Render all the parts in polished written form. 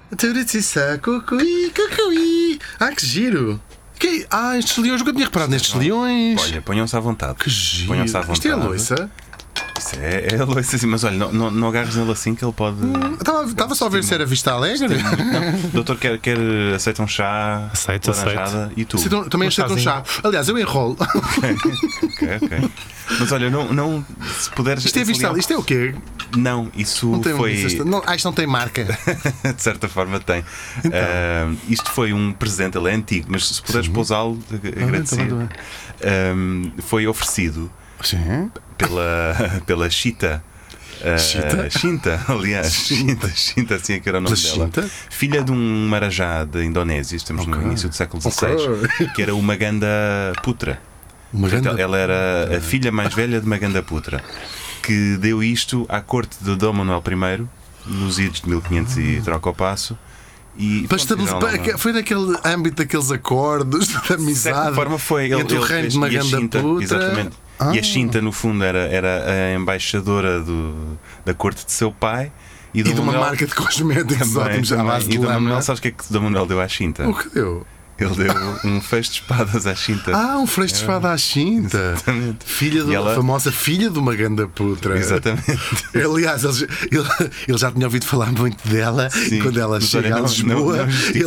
Cucuí. Ah, que giro. Estes leões, nunca tinha reparado nestes leões. Olha, ponham-se à vontade. Que giro. Ponham-se à vontade. Isto é a loiça? Isso é a loiça, assim, mas olha, não agarres nele assim que ele pode. Estava só a ver se era Vista Alegre. Não. Doutor, aceita um chá? Aceito. E tu? Também aceito um chá. Aliás, eu enrolo. Ok. Mas olha, não se puderes. Isto é Vista Alegre. Isto é o quê? Não, isso não tem foi. Isto não tem marca. De certa forma tem. Então. Isto foi um presente, ele é antigo, mas se puderes pousá-lo, agradecer. Foi oferecido. Sim. Pela Chita. Shinta, aliás. Shinta, assim é que era o nome dela. Shinta? Filha de um marajá da Indonésia, estamos no início do século XVI, que era o Maganda Putra. Ela era a filha mais velha de Maganda Putra, que deu isto à corte de Dom Manuel I, nos idos de 1500 e troca o passo. Foi naquele âmbito daqueles acordos de amizade. De certa forma foi. Entre o reino de Maganda Putra. Exatamente. E a Shinta, no fundo, era a embaixadora da corte de seu pai. E de uma marca de cosméticos ótimos à base de lama. Manuel, sabes o que é que Dom Manuel deu à Shinta? O que deu? Ele deu um fecho de espadas à Shinta. Um fecho de espada à Shinta. Exatamente. Famosa filha de uma Maganda Putra. Exatamente. Aliás, ele já tinha ouvido falar muito dela. Sim, e quando ela chega a Lisboa,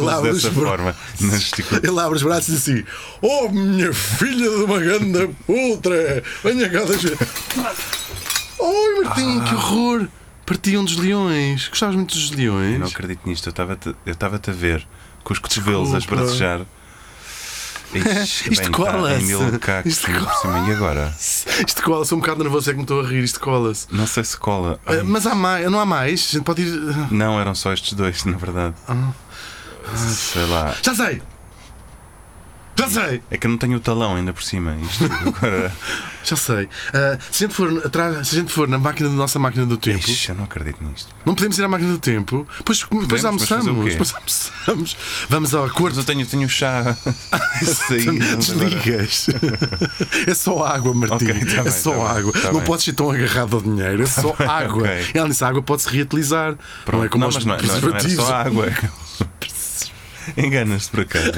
ele abre os braços e diz assim: "Oh, minha filha de uma Maganda Putra, venha cá deixar." Oi, Martim, que horror! Partiam dos leões. Gostavas muito dos leões? Eu não acredito nisto. Eu estava-te a ver com os cotovelos a esbracejar. Isto cola-se. E agora? Isto cola-se. Sou um bocado nervoso, é que me estou a rir. Isto cola-se. Não sei se cola. Mas não há mais? A gente pode ir. Não, eram só estes dois, na verdade. Sei lá. Já sei! É que eu não tenho o talão ainda por cima. Isto agora. Já sei. Se a gente for na nossa máquina do tempo. Eu não acredito nisto. Não podemos ir à máquina do tempo. Depois almoçamos. Vamos ao acordo. Mas eu tenho chá. Desligas. É só água, Martim. É só água. Não podes ser tão agarrado ao dinheiro. É só água. Ela disse: a água pode-se reutilizar. Não é como os preservativos. Não é só água. Enganas-te por acaso.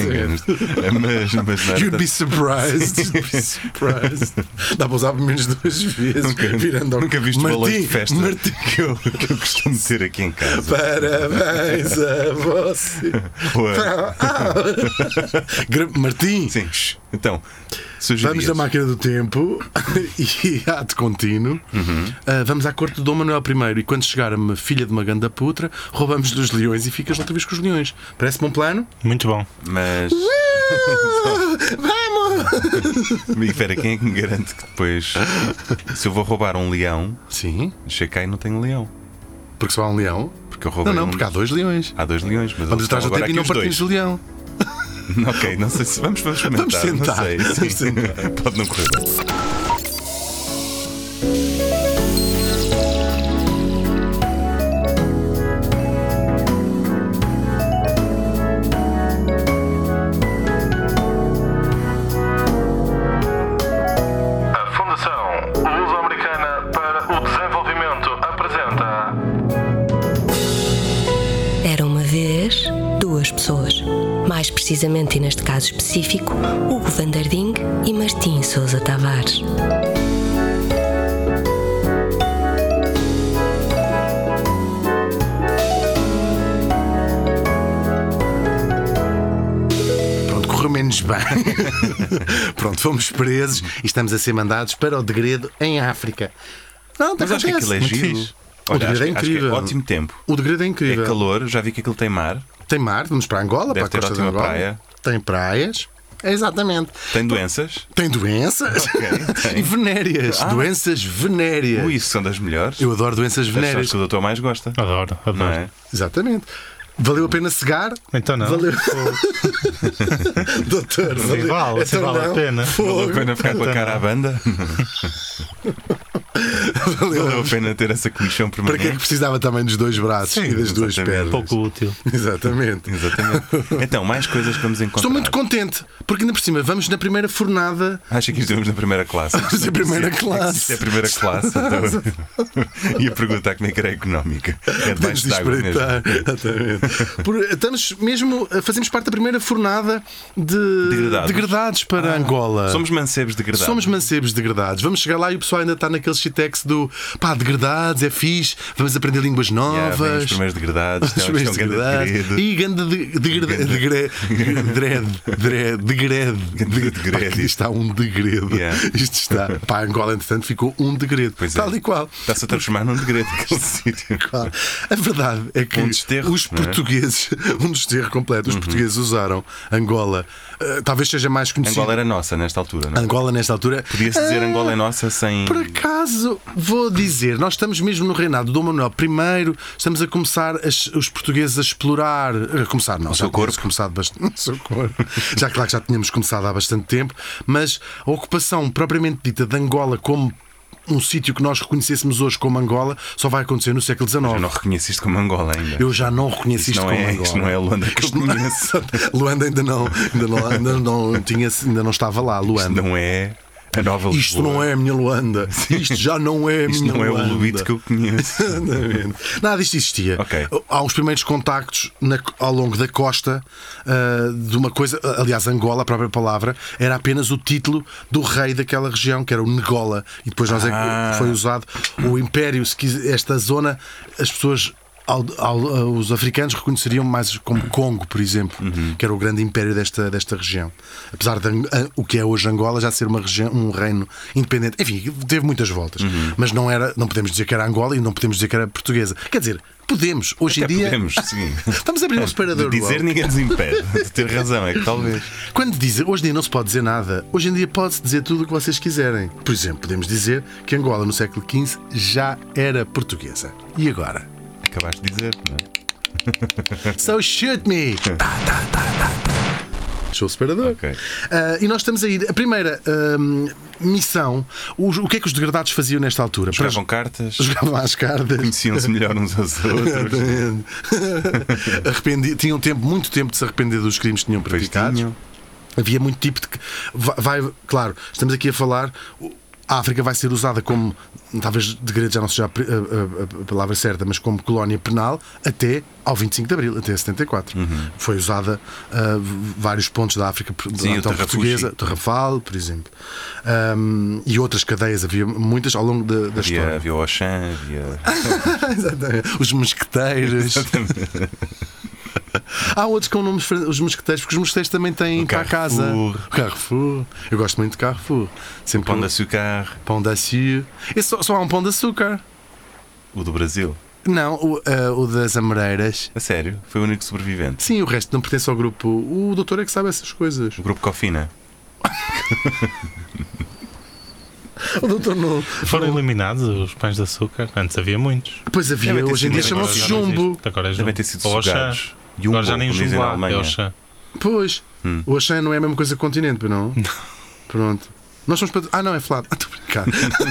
Mas You'd be surprised. Dá para usar pelo menos 2 vezes. Nunca viste balões de festa que eu costumo ter aqui em casa. Parabéns a você. Martim. Sim. Então, vamos à máquina do tempo e ato contínuo. Vamos à corte de Dom Manuel I. E quando chegar a filha de Maganda Putra, roubamos dos leões e ficas outra vez com os leões. Parece-me um plano? Muito bom. Mas. Vamos! E espera, quem é que me garante que depois, se eu vou roubar um leão, sim, chego cá e não tenho leão? Porque só há um leão? Porque eu roubei. Não, porque há 2 leões. Há 2 leões, mas vamos atrás do tempo e não partimos o leão. Ok, não sei se vamos experimentar. Vamos tentar. Não sei. Vamos tentar. Pode não correr bem. Mais precisamente, e neste caso específico, Hugo van der Ding e Martim Sousa Tavares. Pronto, correu menos bem. Pronto, fomos presos e estamos a ser mandados para o degredo em África. Não, mas acho que aquilo é giro. O degredo é incrível. Acho que é ótimo tempo. O degredo é incrível. É calor, já vi que aquilo tem mar. Tem mar, vamos para Angola, deve para a costa de Angola. Praia. Tem praias. Exatamente. Tem doenças? Tem doenças. Okay, e venéreas. Doenças venéreas. Isso são das melhores. Eu adoro doenças venéreas. Acho que o doutor mais gosta. Adoro. Não é? Exatamente. Valeu a pena cegar? Então não. Valeu. Doutor, valeu. Vale a pena. Valeu a pena ficar com a cara à banda? Valeu a pena ter essa comissão permanente. Para que é que precisava também dos 2 braços e das 2 pernas? Pouco útil. Exatamente. Então, mais coisas que vamos encontrar. Estou muito contente, porque ainda por cima vamos na primeira fornada. Acha que estamos na primeira classe? Vamos na primeira classe. Isto é a primeira classe. Então... Ia perguntar como é que era a económica. É debaixo de água mesmo. Estamos mesmo, fazemos parte da primeira fornada de degradados para Angola. Somos mancebos degradados. Somos mancebos degradados. Vamos chegar lá e o pessoal ainda está naquele shitex do degradados, é fixe, vamos aprender línguas novas. Os primeiros degradados. Os primeiros degradados. E ganda degredo. Isto está um degredo. Isto está. Angola, entretanto, ficou um degredo. Tal e qual. Está-se a transformar num degredo aquele sítio. A verdade é que os portugueses, um desterro completo, os portugueses usaram Angola. Talvez seja mais conhecido. Angola era nossa nesta altura, não é? Angola nesta altura. Podia-se dizer Angola é nossa sem. Por acaso, vou dizer, nós estamos mesmo no reinado do Dom Manuel I, estamos a começar os portugueses a explorar. A começar, não, já tínhamos começado bastante. Já claro que já tínhamos começado há bastante tempo, mas a ocupação propriamente dita de Angola como um sítio que nós reconhecêssemos hoje como Angola só vai acontecer no século XIX. Eu não reconheço isto como Angola ainda. Eu já não reconheço isto como Angola. Isto não é a Luanda que eu conheço. Luanda ainda não estava lá. Luanda. Isto não é a nova Lisboa. Isto não é a minha Luanda. Isto já não é a minha Luanda. Isto não é o Lubito que eu conheço. Nada disto existia. Há os primeiros contactos ao longo da costa de uma coisa. Aliás, Angola, a própria palavra, era apenas o título do rei daquela região, que era o Negola. E depois foi usado o Império. Esta zona, as pessoas. Os africanos reconheceriam mais como Congo, por exemplo, que era o grande império desta região. Apesar de o que é hoje Angola já ser uma região, um reino independente. Enfim, teve muitas voltas. Mas não podemos dizer que era Angola e não podemos dizer que era portuguesa. Quer dizer, podemos. Hoje até em dia. Podemos, sim. Estamos a abrir um separador. De dizer ninguém nos impede. De ter razão, é que talvez. Quando dizem, hoje em dia não se pode dizer nada. Hoje em dia pode-se dizer tudo o que vocês quiserem. Por exemplo, podemos dizer que Angola no século XV já era portuguesa. E agora? Acabaste de dizer, não é? So shoot me! Show separador. E nós estamos aí. A primeira missão. O que é que os degradados faziam nesta altura? Jogavam cartas. Jogavam às cartas. Conheciam-se melhor uns aos outros. Tinham muito tempo de se arrepender dos crimes que tinham praticado. Havia muito tipo de. Claro, estamos aqui a falar. A África vai ser usada como, talvez degredo já não seja a palavra certa, mas como colónia penal até ao 25 de Abril, até 74. Foi usada vários pontos da África portuguesa, Tarrafal, por exemplo. E outras cadeias, havia muitas ao longo da história. Havia o Auchan, havia. Exatamente. Os mosqueteiros. Há outros com nomes, os mosqueteiros, porque os mosqueteiros também têm para a casa. O Carrefour. Eu gosto muito de Carrefour. Sempre pão de açúcar. Pão de açúcar. Só há um pão de açúcar. O do Brasil? Não, o das Amoreiras. A sério? Foi o único sobrevivente? Sim, o resto não pertence ao grupo. O doutor é que sabe essas coisas. O grupo Cofina. O doutor não. Foram eliminados os pães de açúcar. Antes havia muitos. Pois havia, hoje em dia chamam-se Jumbo. Agora é Jumbo. Devem ter sido sugados. Agora já nem Jumbo há, é Auchan. Pois, o Auchan não é a mesma coisa que o Continente, não? Pronto. Nós somos para. Não, é Flávio. Estou a brincar.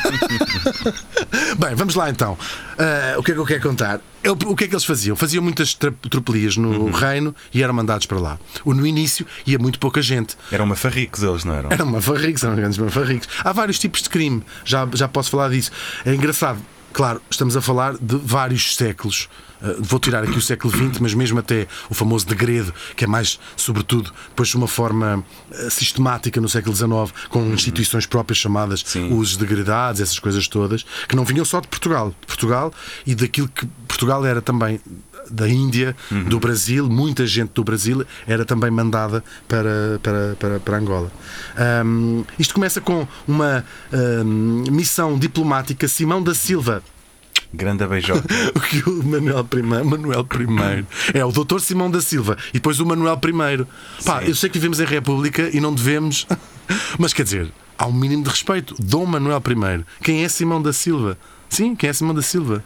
Bem, vamos lá então. O que é que eu quero contar? O que é que eles faziam? Faziam muitas tropelias no reino e eram mandados para lá. No início ia muito pouca gente. Eram mafarricos eles, não eram? Eram mafarricos, eram grandes mafarricos. Há vários tipos de crime, já posso falar disso. É engraçado. Claro, estamos a falar de vários séculos. Vou tirar aqui o século XX, mas mesmo até o famoso degredo, que é mais, sobretudo, depois de uma forma sistemática no século XIX, com instituições próprias chamadas os degredados, essas coisas todas, que não vinham só de Portugal e daquilo que Portugal era também da Índia, do Brasil, muita gente do Brasil era também mandada para Angola. Isto começa com uma missão diplomática. Simão da Silva, grande beijota. O Manuel I é o doutor Simão da Silva e depois o Manuel I. Eu sei que vivemos em República e não devemos, mas quer dizer, há um mínimo de respeito. Dom Manuel I. Quem é Simão da Silva? Sim, quem é Simão da Silva?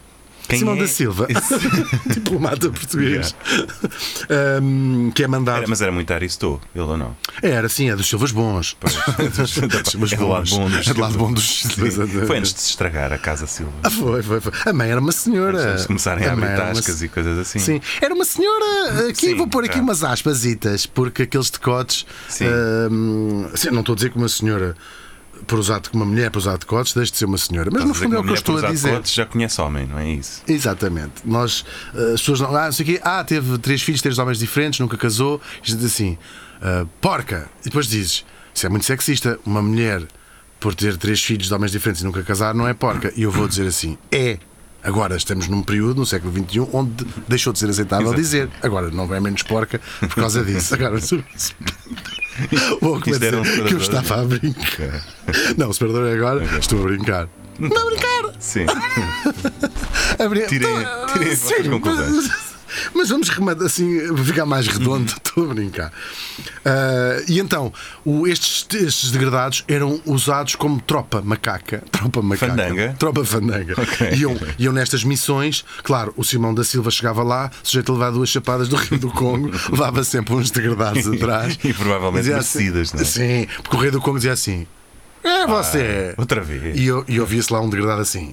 Simão da Silva, diplomata português, que é mandado. Mas era muito Aristô, ele ou não? Era, sim, é dos Silvas bons. É do lado bom dos É do lado bom dos Silvas. Foi antes de se estragar a Casa Silva. Foi. A mãe era uma senhora. Antes de começarem a abrir tascas e coisas assim. Sim, era uma senhora. Aqui Sim, vou pôr aqui umas aspasitas, porque aqueles decotes. Não estou a dizer que uma senhora. Por usar de uma mulher, por usar decotes, deixe de ser uma senhora. Mas no fundo é o que eu estou a dizer. Decotes, já conhece homem, não é isso? Exatamente. Nós, as pessoas não. Não sei o quê. Teve 3 filhos, 3 homens diferentes, nunca casou. E diz assim, porca. E depois dizes, isso é muito sexista. Uma mulher, por ter 3 filhos de homens diferentes e nunca casar, não é porca. E eu vou dizer assim, é. Agora estamos num período, no século XXI, onde deixou de ser aceitável dizer. Agora não é menos porca por causa disso. Agora. Vou dizer que eu estava a brincar. Não, o separador é agora. Estou a brincar. Não a brincar! Sim. Tirem as conclusões. Mas vamos assim, ficar mais redondo. Estou a brincar. E então, estes degradados eram usados como tropa macaca. Fandanga. Tropa fandanga. Okay. Iam nestas missões. Claro, o Simão da Silva chegava lá, sujeito a levar 2 chapadas do Rio do Congo, levava sempre uns degradados atrás. E provavelmente merecidas, não é? Sim, porque o Rei do Congo dizia assim: é você. Outra vez. E ouvia-se lá um degradado assim.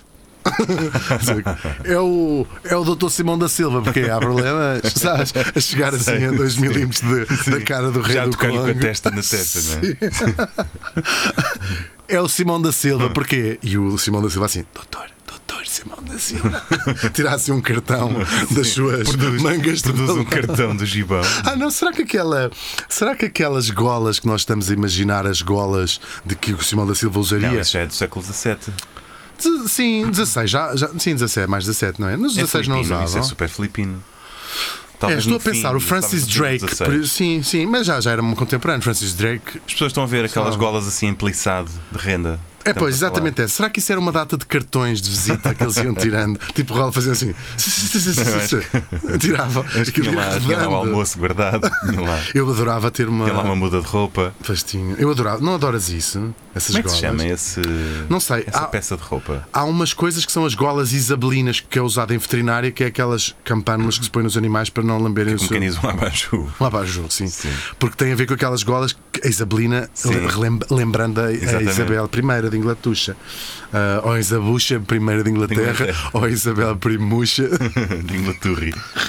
É o Dr. Simão da Silva, porque há problemas, sabes? A chegar assim a 2 milímetros da cara do Rei já do Congo. Com a testa na testa, não é? É o Simão da Silva, porquê? E o Simão da Silva assim, doutor Simão da Silva, tirasse um cartão das suas mangas. Produz um cartão do gibão. Não, será que aquelas golas que nós estamos a imaginar, as golas de que o Simão da Silva usaria? Não, isso já é do século XVII. Sim, 16, sim, 17, mais 17, não é? Nos 16 não usavam. Isso é super filipino. Estou a pensar, o Francis Drake. Sim, mas já era um contemporâneo. Francis Drake. As pessoas estão a ver aquelas golas assim em plissado de renda. Pois, exatamente é. Será que isso era uma data de cartões de visita que eles iam tirando? Tipo, o Raul fazia assim. Tirava. Tinha lá o almoço guardado. Eu adorava ter uma. Tinha lá uma muda de roupa. Fastinho. Eu adorava. Não adoras isso? Essas Como é que golas? se chama esse. Não sei. Essa peça de roupa. Há umas coisas que são as golas isabelinas, que é usada em veterinária, que é aquelas campânulas que se põem nos animais para não lamberem o seu. Mecanismo abajur. Um abajur, sim. Porque tem a ver com aquelas golas que a isabelina, lembrando a Isabel I de Inglaterra, ou a Isabucha I de Inglaterra, ou a Isabel Primucha de Inglaterra.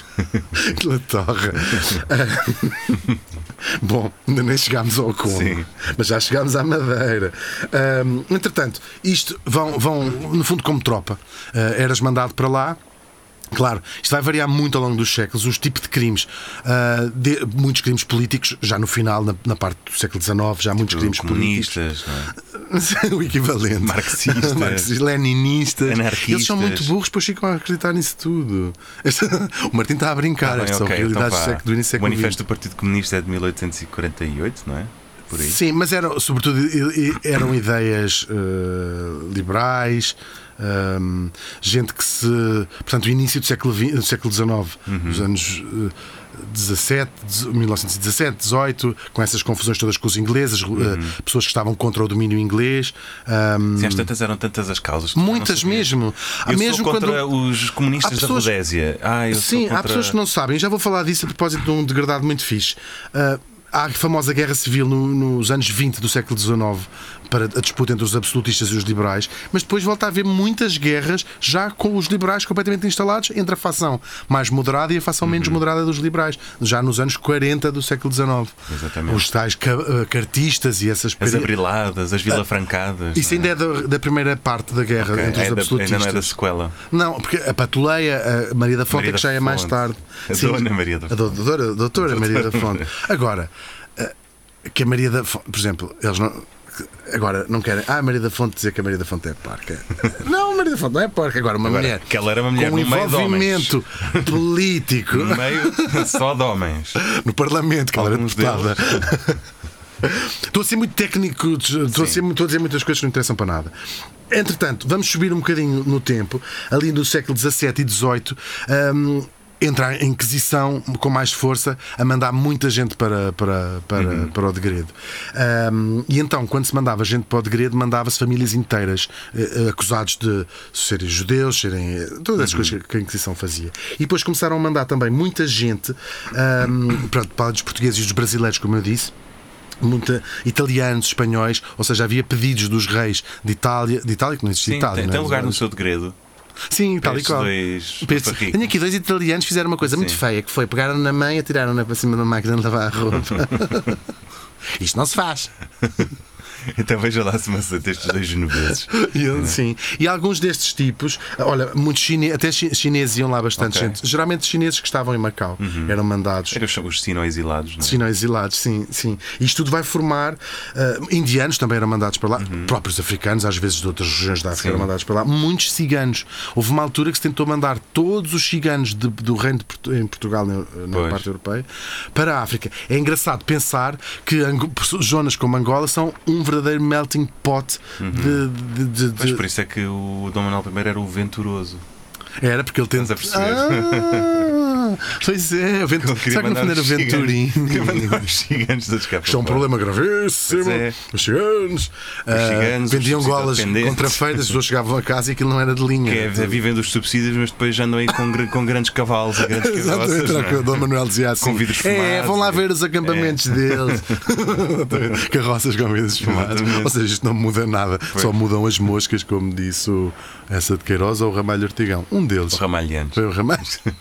Bom, ainda nem chegámos ao Congo, mas já chegámos à Madeira. Entretanto, isto vão no fundo como tropa. Eras mandado para lá. Claro, isto vai variar muito ao longo dos séculos, os tipos de crimes. Muitos crimes políticos, já no final, na parte do século XIX, já há muitos crimes comunistas, políticos. O equivalente. Marxistas, leninistas, anarquistas. Eles são muito burros, depois ficam a acreditar nisso tudo. O Martim está a brincar, estas são realidades do início do século XX. O Manifesto do Partido Comunista é de 1848, não é? Por aí. Sim, mas sobretudo eram ideias liberais. Gente que portanto, o início do século XIX, os anos 1917, 18, com essas confusões todas com os ingleses, pessoas que estavam contra o domínio inglês. Sim, eram tantas as causas. Muitas mesmo. Mesmo sou contra os comunistas da Rodésia. Sim, há pessoas que não sabem. Já vou falar disso a propósito de um degradado muito fixe. Há a famosa guerra civil nos anos 20 do século XIX para a disputa entre os absolutistas e os liberais, mas depois volta a haver muitais guerras já com os liberais completamente instalados entre a facção mais moderada e a facção menos moderada dos liberais, já nos anos 40 do século XIX. Exatamente. Os tais cartistas e essas... As abriladas, as vilafrancadas. Isso ainda é da primeira parte da guerra entre os absolutistas. Ainda não é da sequela. Não, porque a Patuleia, a Maria da Fonte, que já é mais tarde. Dona Maria da Fonte. A doutora Maria da Fonte. Agora, que a Maria da Fonte, por exemplo, eles agora não querem. A Maria da Fonte dizer que a Maria da Fonte é porca. Não, a Maria da Fonte não é porca. Agora, mulher. Que ela era uma mulher com um envolvimento político. No meio só de homens. No Parlamento, que ela era deputada. Estou a ser muito técnico, estou a dizer muitas coisas que não interessam para nada. Entretanto, vamos subir um bocadinho no tempo, ali no século XVII e XVIII. entra a Inquisição com mais força a mandar muita gente para o degredo. E então, quando se mandava gente para o degredo, mandava-se famílias inteiras acusados de serem judeus, serem todas as coisas que a Inquisição fazia. E depois começaram a mandar também muita gente para os portugueses e dos brasileiros, como eu disse, italianos, espanhóis, ou seja, havia pedidos dos reis de Itália que não existia. Sim, Itália. Tem lugar no seu degredo. Sim, tal e qual. Tenho aqui 2 italianos que fizeram uma coisa muito feia, que foi pegaram na mãe e atiraram-na para cima da máquina de lavar a roupa. Isto não se faz. Então veja lá se me aceita estes 2 genoveses. Sim. E alguns destes tipos, olha, muitos até chineses iam lá bastante gente. Geralmente chineses que estavam em Macau eram mandados. Eram os sino-exilados, não é? Sino-exilados, sim. E isto tudo vai formar. Indianos também eram mandados para lá, próprios africanos, às vezes de outras regiões da África eram mandados para lá. Muitos ciganos. Houve uma altura que se tentou mandar todos os ciganos do reino em Portugal, na parte europeia, para a África. É engraçado pensar que zonas como Angola são um verdadeiro melting pot Mas por isso é que o Dom Manuel I era o venturoso. Era porque ele tenta perceber. Pois é, o Venturim. Será que no fundo era o Venturim? Os ciganos a descapar. Isto é um problema gravíssimo. Os ciganos vendiam golas contrafeitas, as pessoas chegavam a casa e aquilo não era de linha. Vivem dos subsídios, mas depois já andam aí com grandes cavalos e grandes carroças. Exatamente, o Dom Manuel dizia assim: vão lá ver os acampamentos deles. Carroças com vidros fumados. Ou seja, isto não muda nada, só mudam as moscas, como disse essa de Queiroz ou o Ramalho Ortigão. Um deles. O Ramalhante. Foi o Ramalho.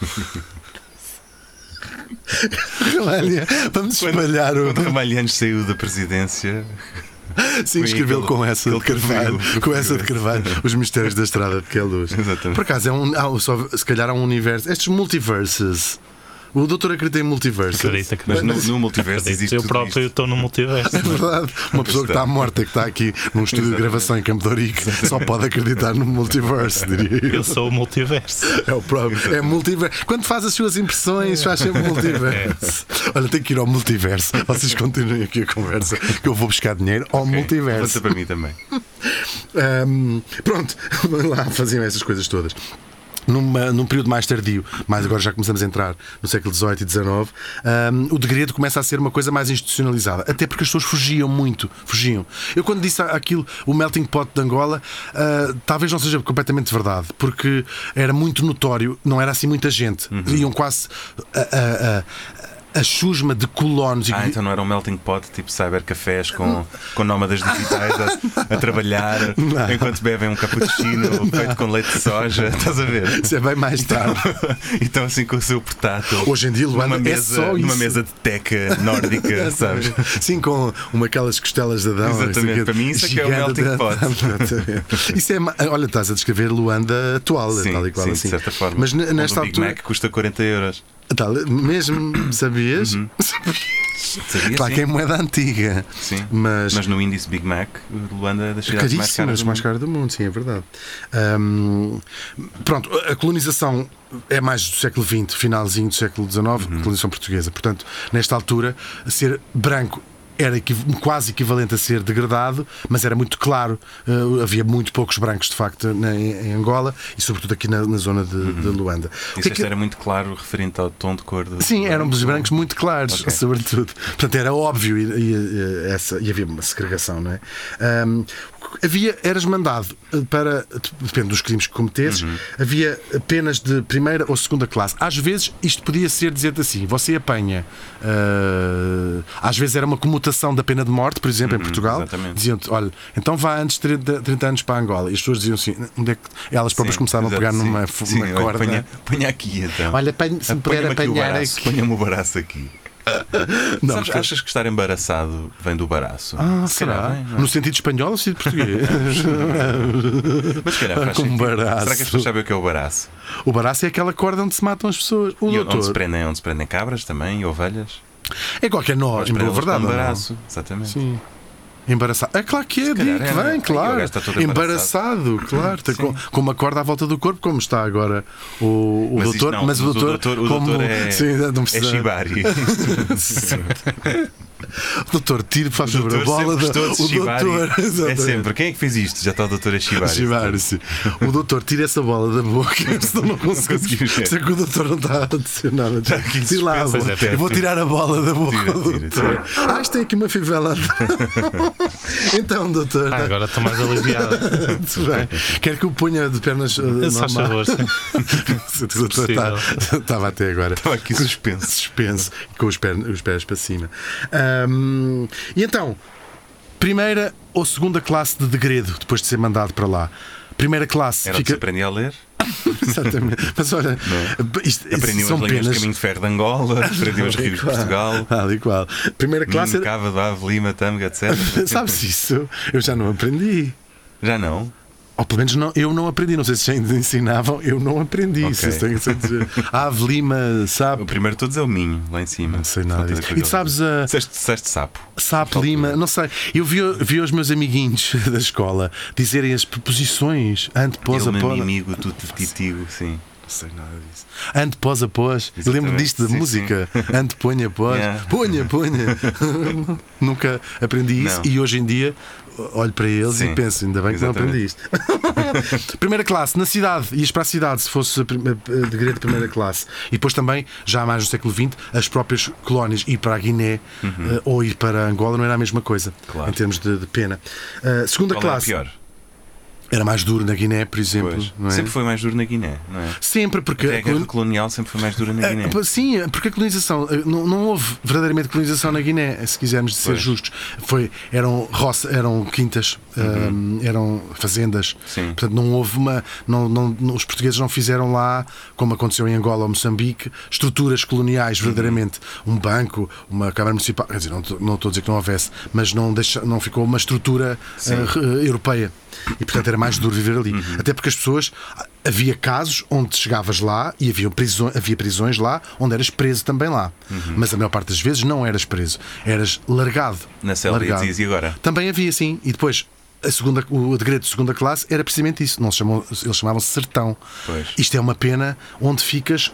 Vamos espalhar o. Quando Ramalhante saiu da presidência. Sim, escreveu com essa de Carvalho. Com essa de Carvalho, Os Mistérios da Estrada de Queluz. Por acaso, se calhar há um universo. Estes multiverses. O doutor acredita em multiverso. Mas no multiverso existe. Eu próprio estou no multiverso. É verdade. Uma pessoa que está morta, que está aqui num estúdio de gravação em Campo de Ourique, só pode acreditar no multiverso, diria eu. Eu sou o multiverso. É o próprio. É multiverso. Quando faz as suas impressões, faz sempre multiverso. Olha, tenho que ir ao multiverso. Vocês continuem aqui a conversa, que eu vou buscar dinheiro ao multiverso. Avança para mim também. Pronto, vamos lá, faziam essas coisas todas. Num período mais tardio, mas agora já começamos a entrar no século XVIII e XIX, o degredo começa a ser uma coisa mais institucionalizada, até porque as pessoas fugiam. Eu quando disse aquilo, o melting pot de Angola, talvez não seja completamente verdade, porque era muito notório, não era assim muita gente, iam quase a chusma de colonos. Então não era um melting pot tipo cybercafés com nómadas digitais a trabalhar enquanto bebem um cappuccino feito com leite de soja. Estás a ver? Isso é bem mais tarde. Então assim com o seu portátil. Hoje em dia, Luanda, numa mesa de teca nórdica, sabes? Sim, com aquelas costelas de Adão. Exatamente. Para mim isso é que é o melting pot. Isso é, olha, estás a descrever Luanda atual, sim, tal e qual, sim, assim. De certa forma. Mas nesta Big altura Mac custa 40€. Mesmo, sabias? Sabia, claro que é moeda antiga. Sim. Mas no índice Big Mac, Luanda é das cidades mais caras do mundo. Sim, é verdade. Pronto, a colonização é mais do século XX, finalzinho do século XIX, colonização portuguesa. Portanto, nesta altura, ser branco era quase equivalente a ser degradado, mas era muito claro, havia muito poucos brancos de facto em Angola e sobretudo aqui na zona de Luanda. Isso era muito claro referente ao tom de cor Sim, eram os brancos muito claros, sobretudo. Portanto, era óbvio e havia uma segregação, não é? Eras mandado para, depende dos crimes que cometesses, havia penas de primeira ou segunda classe. Às vezes isto podia ser dizer-te assim: você apanha, às vezes era uma comutação da pena de morte, por exemplo, em Portugal. Diziam-te: olha, então vá antes de 30 anos para Angola. E as pessoas diziam assim: onde é que elas próprias começaram a pegar numa corda? Ponha aqui então. Olha, se me puder apanhar aqui. Ponha-me o baraço aqui. Não, achas que estar embaraçado vem do baraço? Será? No sentido espanhol ou no sentido português? Mas se calhar faz sentido. Será que as pessoas sabem o que é o baraço? O baraço é aquela corda onde se matam as pessoas. Onde se prendem cabras também e ovelhas? É qualquer nó, em boa verdade. Embaraço, exatamente. Sim. Embaraçado. Claro que é, digo que vem, claro. Embaraçado, claro. Com uma corda à volta do corpo, como está agora o doutor. Mas o doutor é Shibari. O doutor, tire, faz favor, a bola da. O doutor. É sempre. Quem é que fez isto? Já está o doutor a chivar. Sim. O doutor, tira essa bola da boca, senão não conseguimos. Sei que o doutor não está a adicionar. Tira lá a bola. Eu vou tirar a bola da boca do doutor. Isto tem aqui uma fivela. Então, doutor. Agora estou mais aliviado. Muito bem. Quero que o ponha de pernas. Faz favor, sim. O doutor estava até agora. Estava aqui suspenso, com os pés para cima. E então, primeira ou segunda classe de degredo, depois de ser mandado para lá? Primeira classe. Era o que se aprendia a ler? Exatamente. Mas olha, aprendi as linhas de caminho de ferro de Angola, aprendi os rios de Portugal. Igual. Primeira classe. Cava, Bave, Lima, Tâmega, etc. Sabes isso? Eu já não aprendi. Já não? Ou pelo menos eu não aprendi. Não sei se ainda ensinavam. Eu não aprendi. Okay. Isso tenho que dizer. Ave, Lima, sabe? O primeiro de todos é o Minho, lá em cima. Não sei nada disso. E sabes a. Disseste sapo. Sapo, Lima, não sei. Eu vi os meus amiguinhos da escola dizerem as preposições ante, pós, após. Meu amigo, tudo titigo, sim. Não sei nada disso. Ante, pós, após. Eu lembro disto da música. Sim. Ante, ponha, após. Yeah. Ponha. Nunca aprendi isso. Não. E hoje em dia olho para eles e penso, ainda bem que não aprendi isto. Primeira classe, na cidade. Ias para a cidade se fosse degredo de primeira classe. E depois também, já mais no século XX, as próprias colónias. Ir para a Guiné ou ir para Angola não era a mesma coisa, claro, em termos de pena. Segunda classe. Qual é pior? Era mais duro na Guiné, por exemplo. Não é? Sempre foi mais duro na Guiné, não é? Sempre, porque até a guerra colonial sempre foi mais dura na Guiné. Sim, porque a colonização não houve verdadeiramente colonização na Guiné, se quisermos ser justos. Eram quintas, eram fazendas. Sim. Portanto, não houve os portugueses não fizeram lá, como aconteceu em Angola ou Moçambique, estruturas coloniais verdadeiramente. Um banco, uma Câmara Municipal. Quer dizer, não estou a dizer que não houvesse, mas não ficou uma estrutura europeia. E portanto era mais duro viver ali. Até porque as pessoas. Havia casos onde chegavas lá e havia prisões lá onde eras preso também lá. Mas a maior parte das vezes não eras preso, eras largado. Na cela dizias, e agora? Também havia, sim. E depois o degredo de segunda classe era precisamente isso. Eles chamavam-se sertão. Pois. Isto é uma pena onde ficas.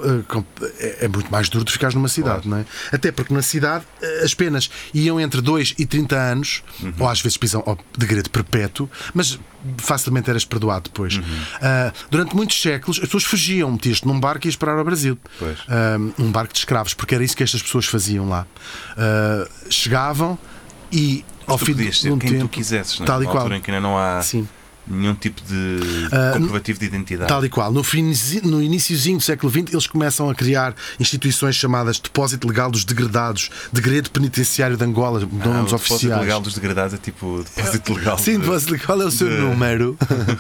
É muito mais duro de ficares numa cidade, claro, não é? Até porque na cidade as penas iam entre 2 e 30 anos, ou às vezes prisão ou degredo perpétuo, mas facilmente eras perdoado depois. Durante muitos séculos as pessoas fugiam, metias-te num barco e ias parar ao Brasil. Um barco de escravos, porque era isso que estas pessoas faziam lá. Chegavam e ao fim de um quem tempo, tu quisesses, tal e qual, altura em que ainda não há nenhum tipo de comprovativo de identidade. Tal e qual. No iniciozinho do século XX eles começam a criar instituições chamadas Depósito Legal dos Degradados, Degredo Penitenciário de Angola, nomes oficiais. O Depósito Legal dos Degradados é tipo Depósito Legal. Sim, Depósito Legal é o seu número.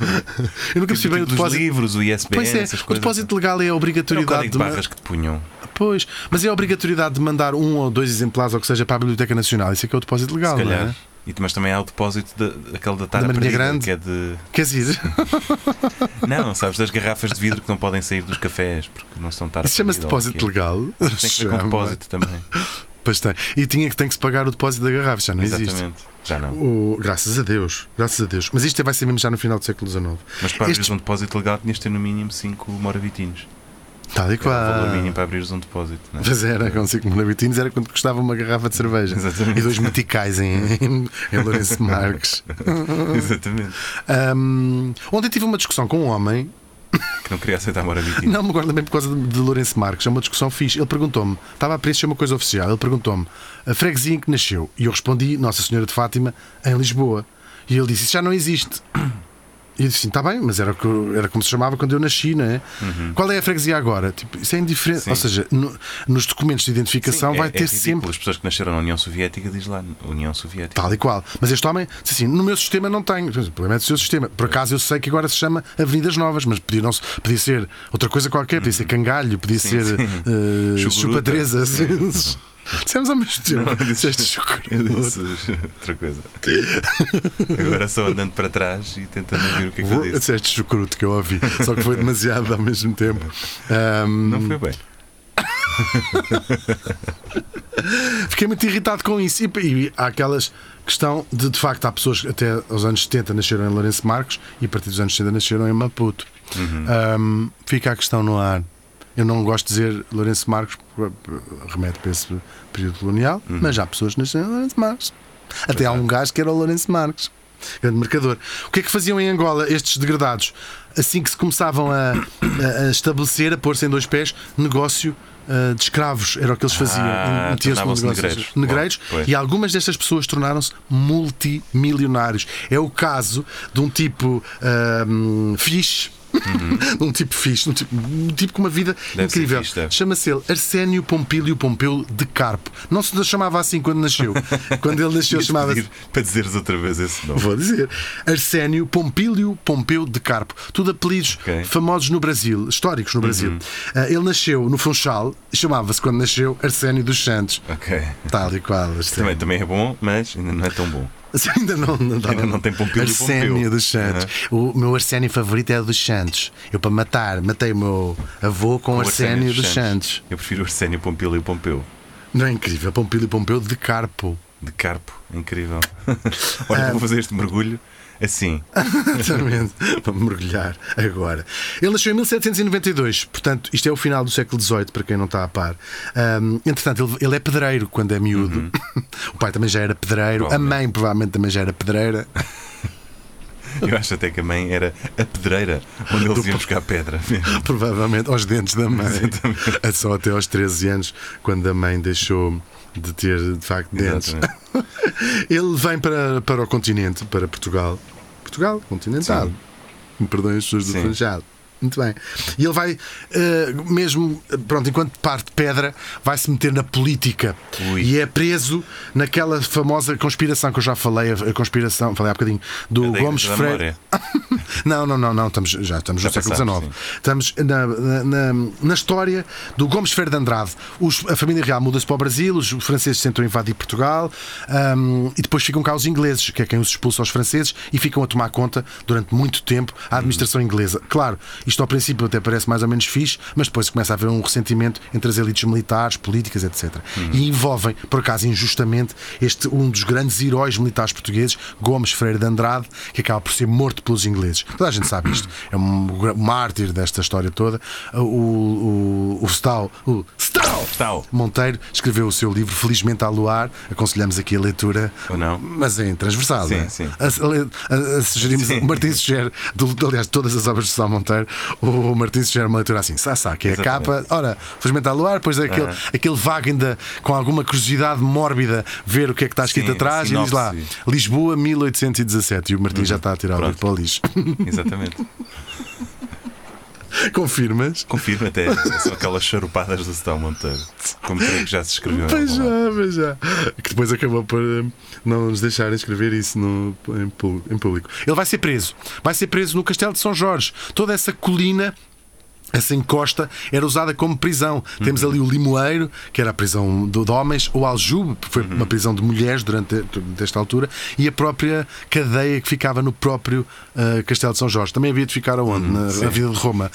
Eu nunca percebi bem o depósito. Dos livros, o ISBN, essas coisas. O Depósito Legal é a obrigatoriedade de barras que te punham. Pois, mas é a obrigatoriedade de mandar 1 ou 2 exemplares, ou que seja, para a Biblioteca Nacional. Isso é que é o depósito legal, se calhar, não é? Mas também há o depósito daquele da Tara Marinha Perdida, Grande, que é de... Quer dizer? Não, sabes, das garrafas de vidro que não podem sair dos cafés porque não são Tara Perdida. Isso chama-se depósito legal? Tem que ver com depósito também. Pois tem. E tem que se pagar o depósito da garrafa, já não existe. Exatamente, já não. Graças a Deus. Mas isto vai ser mesmo já no final do século XIX. Mas para abrir um depósito legal tinhas de ter no mínimo 5 moravitinos. Tal e qual. O valor mínimo para abrires um depósito, não é? Mas era, com 5 moravitinos era quando custava uma garrafa de cerveja. Exatamente. E 2 meticais em Lourenço Marques. Exatamente. Ontem tive uma discussão com um homem que não queria aceitar moravitino. Não me guardo bem por causa de Lourenço Marques. É uma discussão fixe. Ele perguntou-me, estava a preencher uma coisa oficial. Ele perguntou-me a freguesia em que nasceu. E eu respondi, Nossa Senhora de Fátima, em Lisboa. E ele disse, isso já não existe. E eu disse assim, está bem, mas era como se chamava quando eu nasci, não é? Qual é a freguesia agora? Tipo, isso é indiferente. Sim. Ou seja, nos documentos de identificação vai ter sempre. As pessoas que nasceram na União Soviética diz lá União Soviética. Tal e qual. Mas este homem disse assim, no meu sistema não tenho. O problema é do seu sistema. Por acaso eu sei que agora se chama Avenidas Novas, mas podia ser outra coisa qualquer, podia ser Cangalho, podia ser Chupa Teresa. Dissemos ao mesmo tempo. Disseste outra coisa. Agora só andando para trás e tentando ouvir o que é que eu disse. Disseste chucruto que eu ouvi, só que foi demasiado ao mesmo tempo. Não foi bem. Fiquei muito irritado com isso. E há aquelas questão de facto, há pessoas até aos anos 70 nasceram em Lourenço Marques e a partir dos anos 70 nasceram em Maputo. Fica a questão no ar. Eu não gosto de dizer Lourenço Marques, remete para esse período colonial, mas há pessoas que nasceram Lourenço Marques. Até há um gajo que era o Lourenço Marques, grande mercador. O que é que faziam em Angola estes degradados? Assim que se começavam a estabelecer, a pôr-se em dois pés, negócio de escravos, era o que eles faziam. Metiam-se no negócio negreiros. E algumas destas pessoas tornaram-se multimilionários. É o caso de um tipo fixe. Um tipo fixe, um tipo com uma vida incrível. Chama-se ele Arsénio Pompílio Pompeu de Carpo. Não se chamava assim quando nasceu. Quando ele nasceu, chamava-se. Para dizeres outra vez esse nome. Vou dizer: Arsénio Pompílio Pompeu de Carpo. Tudo apelidos famosos no Brasil, históricos no Brasil. Ele nasceu no Funchal e chamava-se, quando nasceu, Arsénio dos Santos. Tal e qual. Também é bom, mas ainda não é tão bom. Ainda não tem Pompílio Arsénio dos Santos. O meu Arsénio favorito é o dos Santos. Eu, para matar, matei o meu avô com Arsénio dos Santos. Eu prefiro o Arsénio Pompílio Pompeu. Não é incrível? Pompílio Pompeu de Carpo. De Carpo, incrível. Olha, vou fazer este mergulho assim. Exatamente. Vamos mergulhar agora. Ele nasceu em 1792, portanto, isto é o final do século XVIII, para quem não está a par. Entretanto, ele é pedreiro quando é miúdo. O pai também já era pedreiro. A mãe provavelmente também já era pedreira. Eu acho até que a mãe era a pedreira onde eles iam buscar pedra mesmo. Provavelmente aos dentes da mãe. É só até aos 13 anos, quando a mãe deixou de ter de facto dentes. Ele vem para o continente, para Portugal continental. Me perdoem as pessoas do Funchal. Muito bem. E ele vai, mesmo, pronto, enquanto parte de pedra, vai se meter na política. E é preso naquela famosa conspiração que eu já falei, a conspiração, falei há bocadinho, do Gomes Freire. Não, já estamos no século XIX. Estamos na história do Gomes Freire de Andrade. A família real muda-se para o Brasil, os franceses tentam invadir Portugal, e depois ficam cá os ingleses, que é quem os expulsa aos franceses, e ficam a tomar conta durante muito tempo a administração inglesa. Claro, isto ao princípio até parece mais ou menos fixe, mas depois começa a haver um ressentimento entre as elites militares, políticas, etc. E envolvem, por acaso injustamente, um dos grandes heróis militares portugueses, Gomes Freire de Andrade, que acaba por ser morto pelos ingleses. Toda a gente sabe isto. É um mártir desta história toda. O Stau Monteiro escreveu o seu livro Felizmente a Luar. Aconselhamos aqui a leitura. Ou não? Mas é transversal. Sim. Sugerimos. O Martins sugere, aliás, todas as obras de Stau Monteiro, o Martins sugere uma leitura assim, que é a capa. Ora, Felizmente a Luar, depois é aquele vago ainda com alguma curiosidade mórbida ver o que é que está escrito atrás, e diz lá Lisboa 1817, e o Martins já está a tirar o livro para o lixo. Exatamente. Confirmas? Confirma até. São aquelas charupadas do Stau Monteiro. Como creio que já se escreveu. Pois já. Que depois acabou por não nos deixarem escrever isso em público. Ele vai ser preso. No Castelo de São Jorge. Toda essa colina, essa encosta, era usada como prisão. Temos ali o Limoeiro, que era a prisão de homens, o Aljube, que foi uma prisão de mulheres durante esta altura, e a própria cadeia que ficava no próprio Castelo de São Jorge. Também havia de ficar aonde? Na Vida de Roma,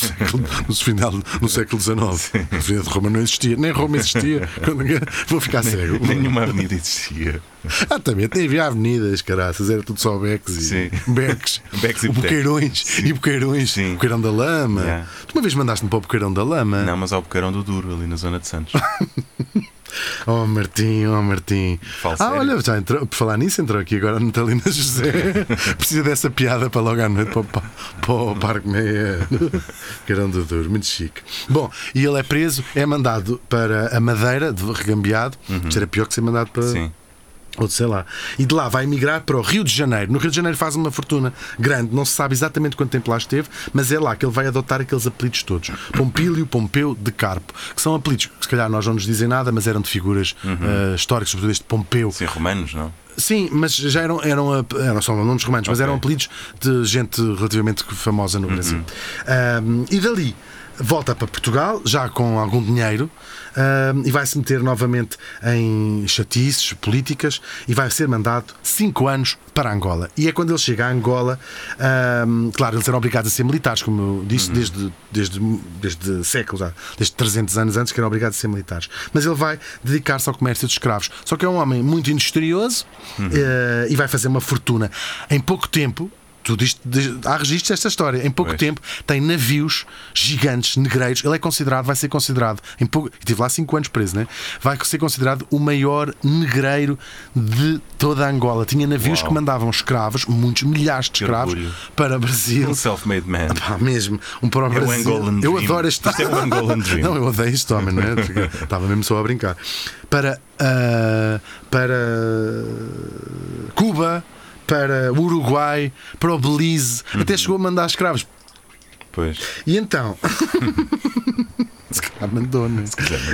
no século XIX. A Vida de Roma não existia, nem Roma existia. Vou ficar cego. Nenhuma avenida existia. Também nem havia avenidas, caraças, era tudo só beques e beques. E boqueirões. Boqueirão da Lama. Tu uma vez mandaste-me para o Boqueirão da Lama? Não, mas ao Boqueirão do Douro, ali na zona de Santos. Oh Martim. Olha, já entrou, por falar nisso, entrou aqui agora a Natalina José. Precisa dessa piada para logo à noite para o Parque Meia. Boqueirão do Douro, muito chique. Bom, e ele é preso, é mandado para a Madeira, de regambeado. Isto era pior que ser mandado para. Sim. Ou sei lá. E de lá vai emigrar para o Rio de Janeiro. No Rio de Janeiro faz uma fortuna grande. Não se sabe exatamente quanto tempo lá esteve, mas é lá que ele vai adotar aqueles apelidos todos. Pompílio Pompeu de Carpo, que são apelidos que se calhar nós não nos dizem nada, mas eram de figuras históricas, sobretudo este Pompeu. Sim, romanos, não? Sim, mas já eram só nomes romanos, mas eram apelidos de gente relativamente famosa no Brasil. E dali volta para Portugal, já com algum dinheiro, e vai-se meter novamente em chatices políticas e vai ser mandado 5 anos para Angola. E é quando ele chega a Angola, claro, eles eram obrigados a ser militares, como eu disse, desde séculos, desde 300 anos antes, que eram obrigados a ser militares. Mas ele vai dedicar-se ao comércio de escravos. Só que é um homem muito industrioso e vai fazer uma fortuna. Em pouco tempo, tudo isto, há registros desta história. Em pouco tempo tem navios gigantes, negreiros. Ele vai ser considerado, estive lá 5 anos preso, né? Vai ser considerado o maior negreiro de toda a Angola. Tinha navios que mandavam escravos, muitos milhares de escravos, para o Brasil. Um self-made man. Mesmo, para o Brasil. Eu adoro este. Isto é um Angolan Dream. Não, eu odeio este homem, não é? Estava mesmo só a brincar. Para Cuba, para o Uruguai, para o Belize, até chegou a mandar escravos. Pois. E então. Se calhar mandou, não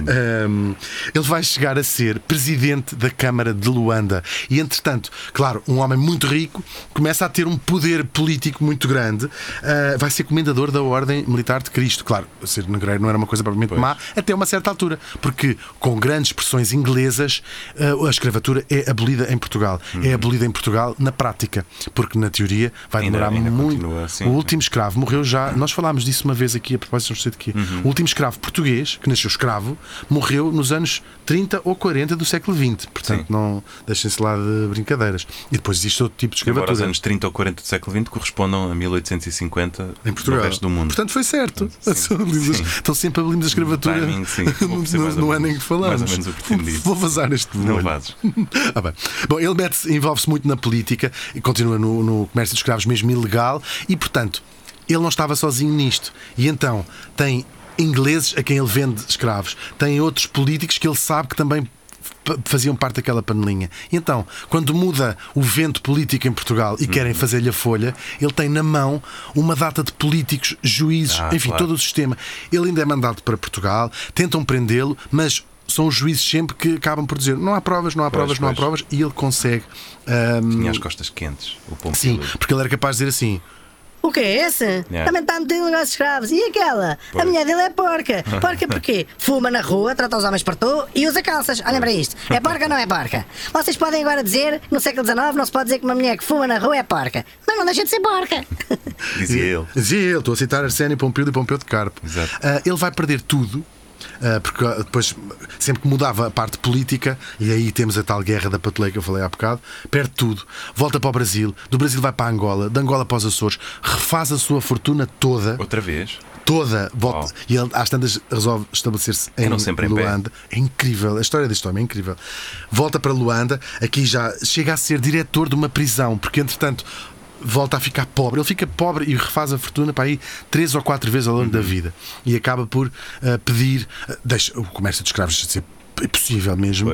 é? Ele vai chegar a ser presidente da Câmara de Luanda. E entretanto, claro, um homem muito rico começa a ter um poder político muito grande. Vai ser comendador da Ordem Militar de Cristo. Claro, ser negreiro não era uma coisa propriamente má até uma certa altura, porque com grandes pressões inglesas a escravatura é abolida em Portugal. É abolida em Portugal na prática, porque na teoria vai demorar muito. Assim, o último escravo morreu já. Nós falámos disso uma vez aqui, a propósito, não sei de quê. O último escravo português, que nasceu escravo, morreu nos anos 30 ou 40 do século XX. Portanto, não deixem-se lá de brincadeiras. E depois existe outro tipo de escravatura. Agora, os anos 30 ou 40 do século XX correspondam a 1850 em Portugal, no resto do mundo. Portanto, foi certo. Estão sempre a abolimos a escravatura no ano em que falamos. Mais ou menos o pretendido. Vou vazar este Não vazes. Bem. Bom, ele envolve-se muito na política e continua no comércio de escravos mesmo ilegal e, portanto, ele não estava sozinho nisto. E então tem ingleses a quem ele vende escravos, tem outros políticos que ele sabe que também faziam parte daquela panelinha. E então, quando muda o vento político em Portugal e querem fazer-lhe a folha, ele tem na mão uma data de políticos, juízes, enfim, todo o sistema. Ele ainda é mandado para Portugal, tentam prendê-lo, mas são os juízes sempre que acabam por dizer não há provas, não há provas, e ele consegue. Tinha as costas quentes, o Pompeu. Sim, porque ele era capaz de dizer assim: o que é esse? Também está metido em negócios escravos. E aquela? A mulher dele é porca. Porca porquê? Fuma na rua, trata os homens por tu e usa calças. Olhem para isto. É porca ou não é porca? Vocês podem agora dizer, no século XIX, não se pode dizer que uma mulher que fuma na rua é porca. Mas não deixa de ser porca. Dizia ele. Estou a citar Arsénio Pompeu de Pompeu de Carpo. Ele vai perder tudo. Porque depois, sempre que mudava a parte política, e aí temos a tal guerra da patuleia que eu falei há bocado, perde tudo, volta para o Brasil, do Brasil vai para a Angola, de Angola para os Açores, refaz a sua fortuna toda. Outra vez? Toda, volta, e ele às tantas resolve estabelecer-se em Luanda. É incrível, a história deste homem é incrível. Volta para Luanda, aqui já chega a ser diretor de uma prisão, porque entretanto volta a ficar pobre. Ele fica pobre e refaz a fortuna para aí 3 ou 4 vezes ao longo da vida. E acaba por pedir. Deixa o comércio de escravos de ser possível mesmo.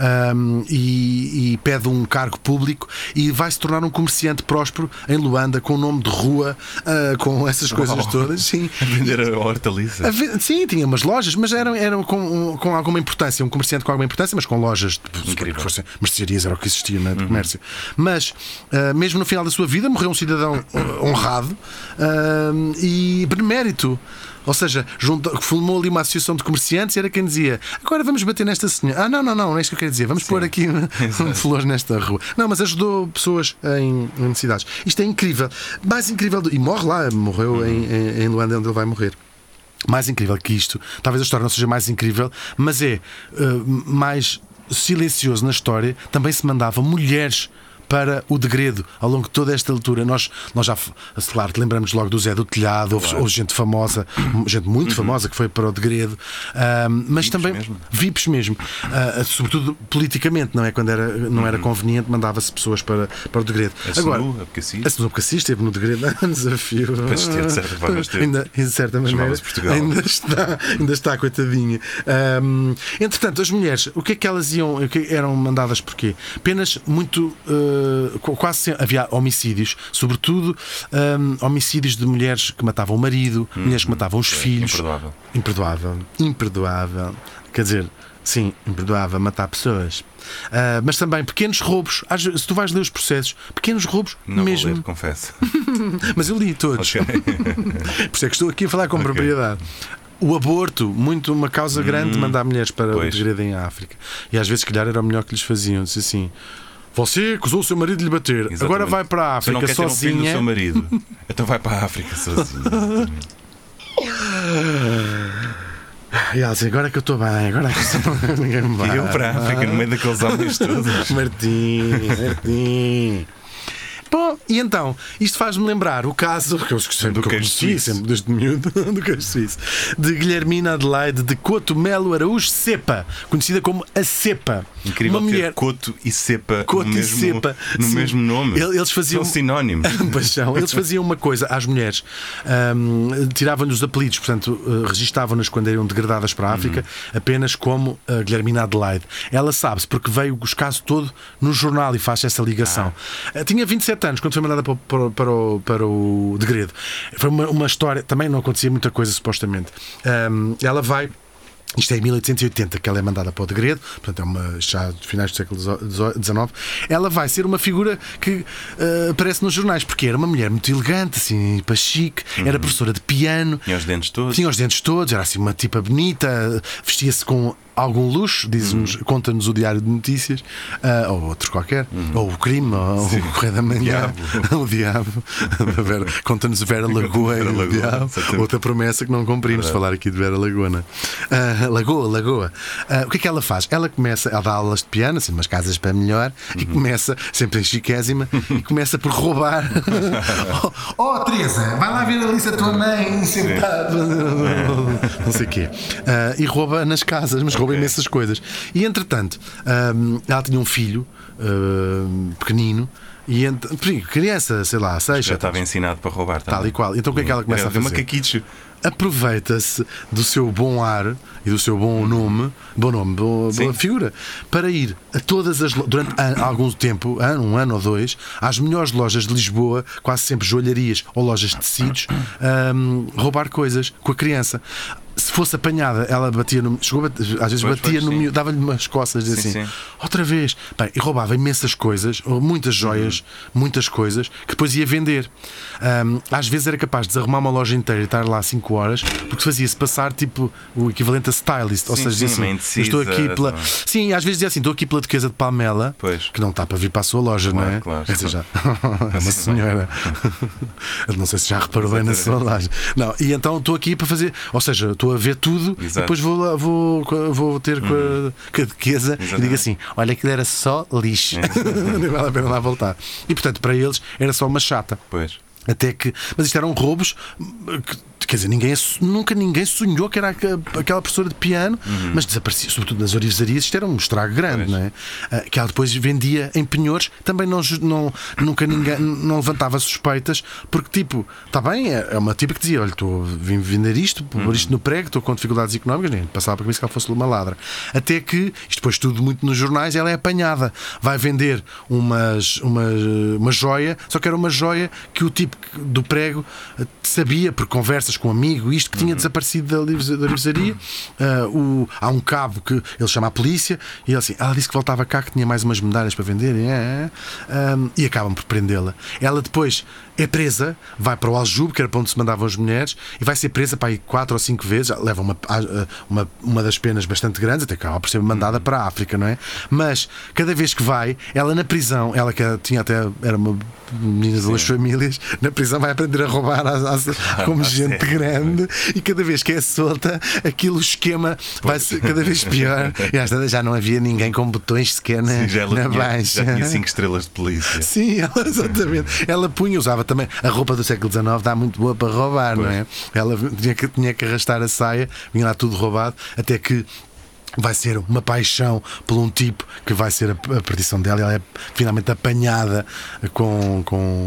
E pede um cargo público e vai se tornar um comerciante próspero em Luanda, com nome de rua, com essas coisas todas. Sim. A vender a hortaliça. Sim, tinha umas lojas, mas eram com alguma importância. Um comerciante com alguma importância, mas com lojas de mercearias, era o que existia, né, de comércio. Mas mesmo no final da sua vida morreu um cidadão honrado e benemérito. Ou seja, formou ali uma associação de comerciantes e era quem dizia: agora vamos bater nesta senhora. Não é isso que eu quero dizer. Vamos pôr aqui flores nesta rua. Não, mas ajudou pessoas em necessidades. Isto é incrível. Mais incrível. E morreu em Luanda, onde ele vai morrer. Mais incrível que isto. Talvez a história não seja mais incrível, mas é mais silencioso na história. Também se mandava mulheres para o degredo ao longo de toda esta altura. Nós já, claro, lembramos logo do Zé do Telhado, houve gente famosa, gente muito famosa que foi para o degredo, mas VIPs também mesmo. VIPs mesmo, sobretudo politicamente, não é? Quando não era conveniente, mandava-se pessoas para o degredo. Agora, a Senu Abcacis esteve no degredo desafio. Ainda, de certa maneira, ainda está coitadinha. Entretanto, as mulheres, o que é que elas eram mandadas porquê? Penas muito quase sempre havia homicídios, sobretudo homicídios de mulheres que matavam o marido, mulheres que matavam os filhos. Imperdoável. Quer dizer, sim, imperdoável matar pessoas. Mas também pequenos roubos. Se tu vais ler os processos, pequenos roubos não mesmo. Vou ler, confesso. Mas eu li todos. Por isso é que estou aqui a falar com propriedade. O aborto, muito uma causa grande de mandar mulheres para o degredo em África. E às vezes, se calhar, era o melhor que lhes faziam. Disse assim: você acusou o seu marido de lhe bater. Exatamente. Agora vai para a África sozinha. Ter um filho do seu marido. Então vai para a África sozinha. E ela disse: agora que eu estou bem, agora que ninguém me vai. E eu para a África, no meio daqueles homens todos. Martim. Bom, E então, isto faz-me lembrar o caso que eu sempre conheci, sempre desde miúdo, do queijo suíço, de Guilhermina Adelaide de Couto Melo Araújo Cepa, conhecida como a Cepa. Incrível uma mulher... Couto e Cepa no Sim. mesmo nome. Eles faziam... São sinónimos. Paixão. Eles faziam uma coisa às mulheres, tiravam-lhe os apelidos, portanto, registavam-nas quando eram degradadas para a África, apenas como Guilhermina Adelaide. Ela sabe-se porque veio o caso todo no jornal e faz essa ligação. Tinha 27 anos quando foi mandada para o degredo. Foi uma história, também não acontecia muita coisa, supostamente. Ela vai. Isto é em 1880 que ela é mandada para o degredo, portanto já de finais do século XIX. Ela vai ser uma figura que aparece nos jornais, porque era uma mulher muito elegante, assim, para chique, era professora de piano. Tinha os dentes todos. Era assim uma tipa bonita, vestia-se com algum luxo, conta-nos o Diário de Notícias, ou outro qualquer, ou o Crime, ou o Correio da Manhã, o Diabo, conta-nos Vera Lagoa e o Diabo, outra promessa que não cumprimos, falar aqui de Vera Lagoa. Lagoa. O que é que ela faz? Ela dá aulas de piano, assim, umas casas para melhor, e começa, sempre em chiquésima, e começa por roubar. Teresa, vai lá ver ali se a tua mãe sentada, não sei o quê, e rouba nas casas, mas rouba imensas coisas. E entretanto, ela tinha um filho pequenino. E criança, sei lá, 6. Já estava ensinado para roubar. Tal e qual. Então o que é que ela começa a fazer? Macaquitos. Aproveita-se do seu bom ar e do seu boa figura, para ir a todas as durante algum tempo, um ano ou dois, às melhores lojas de Lisboa, quase sempre joalharias ou lojas de tecidos, roubar coisas com a criança. Se fosse apanhada, ela batia no. Às vezes batia no miúdo, dava-lhe umas costas, dizia assim: outra vez. Bem, e roubava imensas coisas, muitas joias, muitas coisas, que depois ia vender. Às vezes era capaz de desarrumar uma loja inteira e estar lá 5 horas, porque fazia-se passar tipo o equivalente a stylist, ou seja, dizia assim: estou aqui pela. Sim, às vezes dizia assim: estou aqui pela Duquesa de Palmela, que não está para vir para a sua loja, não é? Claro. Quer dizer, já é uma senhora. Não sei se já reparou bem na sua loja. Não, e então estou aqui para fazer, ou seja, estou a ver tudo. Exato. E depois vou ter com a Duquesa e digo assim: olha, aquilo era só lixo, não vale a pena lá voltar. E portanto, para eles era só uma chata. Pois. Até que, mas isto eram roubos quer dizer, nunca ninguém sonhou que era aquela professora de piano, mas desaparecia, sobretudo nas orivesarias. Isto era um estrago grande, não é? Que ela depois vendia em penhores, também nunca ninguém não levantava suspeitas, porque tipo, está bem, é uma tipa que dizia: olha, vim vender isto, pôr isto no prego, estou com dificuldades económicas, nem passava para mim que ela fosse uma ladra. Até que, isto depois tudo muito nos jornais, ela é apanhada, vai vender uma joia, só que era uma joia que o tipo do prego sabia, por conversas com um amigo, isto que tinha desaparecido da livraria. Há um cabo que ele chama a polícia e ele assim, ela disse que voltava cá, que tinha mais umas medalhas para vender, e acabam por prendê-la. Ela depois é presa, vai para o Aljube, que era para onde se mandavam as mulheres, e vai ser presa para aí 4 ou 5 vezes, leva uma das penas bastante grandes, até que acaba por ser mandada para a África, não é? Mas cada vez que vai, ela na prisão, ela que era uma menina de 2 famílias, na prisão vai aprender a roubar como gente grande, e cada vez que é solta, o esquema vai ser cada vez pior. E às vezes já não havia ninguém com botões sequer na baixa. Já tinha 5 estrelas de polícia. Sim, exatamente. Ela usava também a roupa do século XIX, dá muito boa para roubar, não é? Ela tinha que arrastar a saia, vinha lá tudo roubado, até que vai ser uma paixão por um tipo que vai ser a perdição dela. Ela é finalmente apanhada com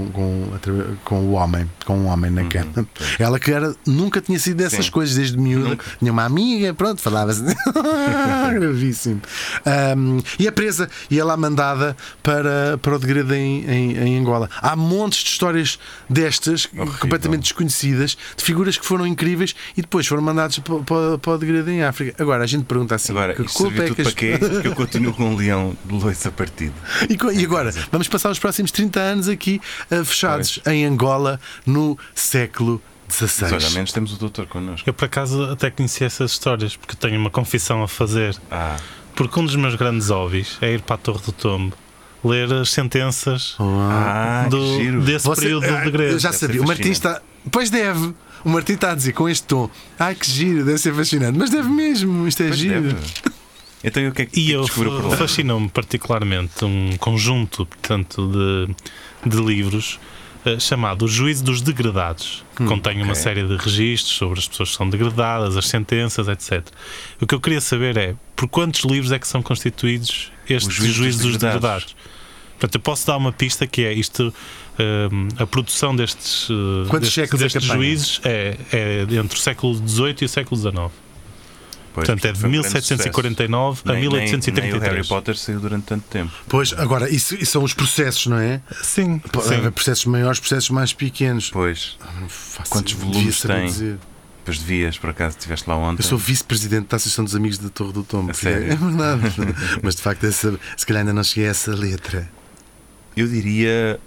um homem na cama. Ela que nunca tinha sido dessas coisas desde miúda. Tinha uma amiga, pronto, falava-se. Gravíssimo. E é presa e ela é mandada para o degredo em Angola. Há montes de histórias destas, completamente desconhecidas, de figuras que foram incríveis e depois foram mandadas para o degredo em África. Agora a gente pergunta assim: agora, isto serviu tudo para quê? Que eu continuo com um leão de loiça partido. E agora, vamos passar os próximos 30 anos aqui fechados em Angola no século XVI. Mas olha, menos temos o doutor connosco. Eu por acaso até conheci essas histórias, porque tenho uma confissão a fazer. Porque um dos meus grandes hobbies é ir para a Torre do Tombo, ler as sentenças desse período do degredo. Eu já sabia, o Martim está... Pois deve. O Martim está a dizer com este tom: ai que giro, deve ser fascinante. Mas deve mesmo, isto é giro. Então, e o que é que descobriu por lá? Fascinou-me particularmente um conjunto, portanto, de livros chamado O Juízo dos Degradados, que contém uma série de registros sobre as pessoas que são degradadas, as sentenças, etc. O que eu queria saber é por quantos livros é que são constituídos este Juízo dos Degradados? Portanto, eu posso dar uma pista que é isto, a produção destes juízes é entre o século XVIII e o século XIX. Portanto, é de 1749 a 1833. Nem o Harry Potter saiu durante tanto tempo. Pois, agora, isso são os processos, não é? Sim. Processos maiores, processos mais pequenos. Pois. Quantos volumes tem? Pois devias, por acaso, estiveste lá ontem. Eu sou vice-presidente da Associação dos Amigos da Torre do Tombo. Sério? É verdade. Mas de facto, se calhar ainda não cheguei a essa letra. Eu diria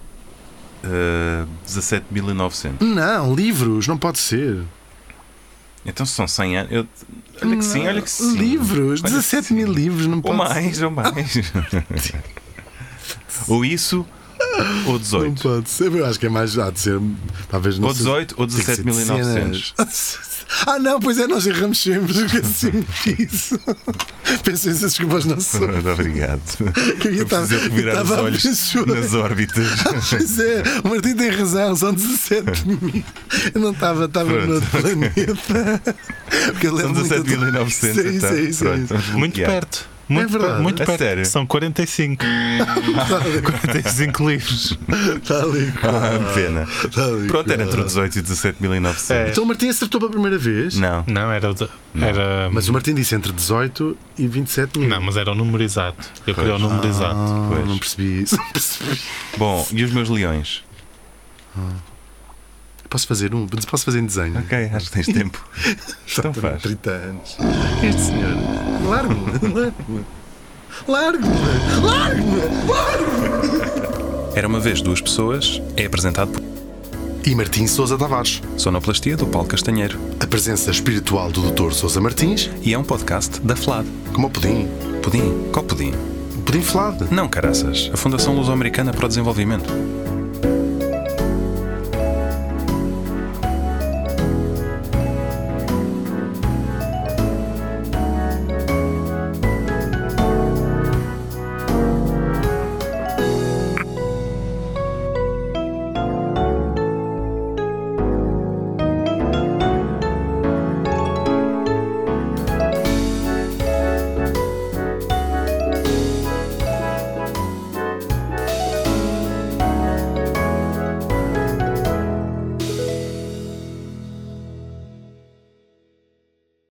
17.900. Não, livros, não pode ser. Então se são 100 anos. Olha que sim. Livros, 17 mil livros, não pode ser. Ou mais. Ou isso, ou 18. Não pode ser, eu acho que é mais. Há de ser. Talvez não. Ou 18 ou 17.900. Não, pois é, nós erramos sempre. Assim, isso. Peço essas desculpas, não sou. Muito obrigado. Eu preciso virar os olhos nas órbitas. Pois é, o Martim tem razão, são 17 mil. Eu não estava no outro planeta. São 17.900. Então. Muito perto. Muito perto. Sério? São 45. 45 livros. Está ali. Pena. Pronto, era entre 18 e 17.900. Então o Martim acertou pela primeira vez? Não, era. Mas o Martim disse entre 18 e 27 mil. Não, mas era o número exato. Eu queria o número exato. Não percebi isso. Bom, e os meus leões? Posso fazer um? Posso fazer em desenho? Ok, acho que tens tempo. Então faz. 30 anos. Este senhor. Largue-me. Era uma vez duas pessoas. É apresentado por e Martim Sousa Tavares. Sonoplastia do Paulo Castanheiro. A presença espiritual do Dr. Sousa Martins. E é um podcast da FLAD. Como o pudim. Pudim? Qual pudim? O pudim FLAD. Não, caraças. A Fundação Luso-Americana para o Desenvolvimento.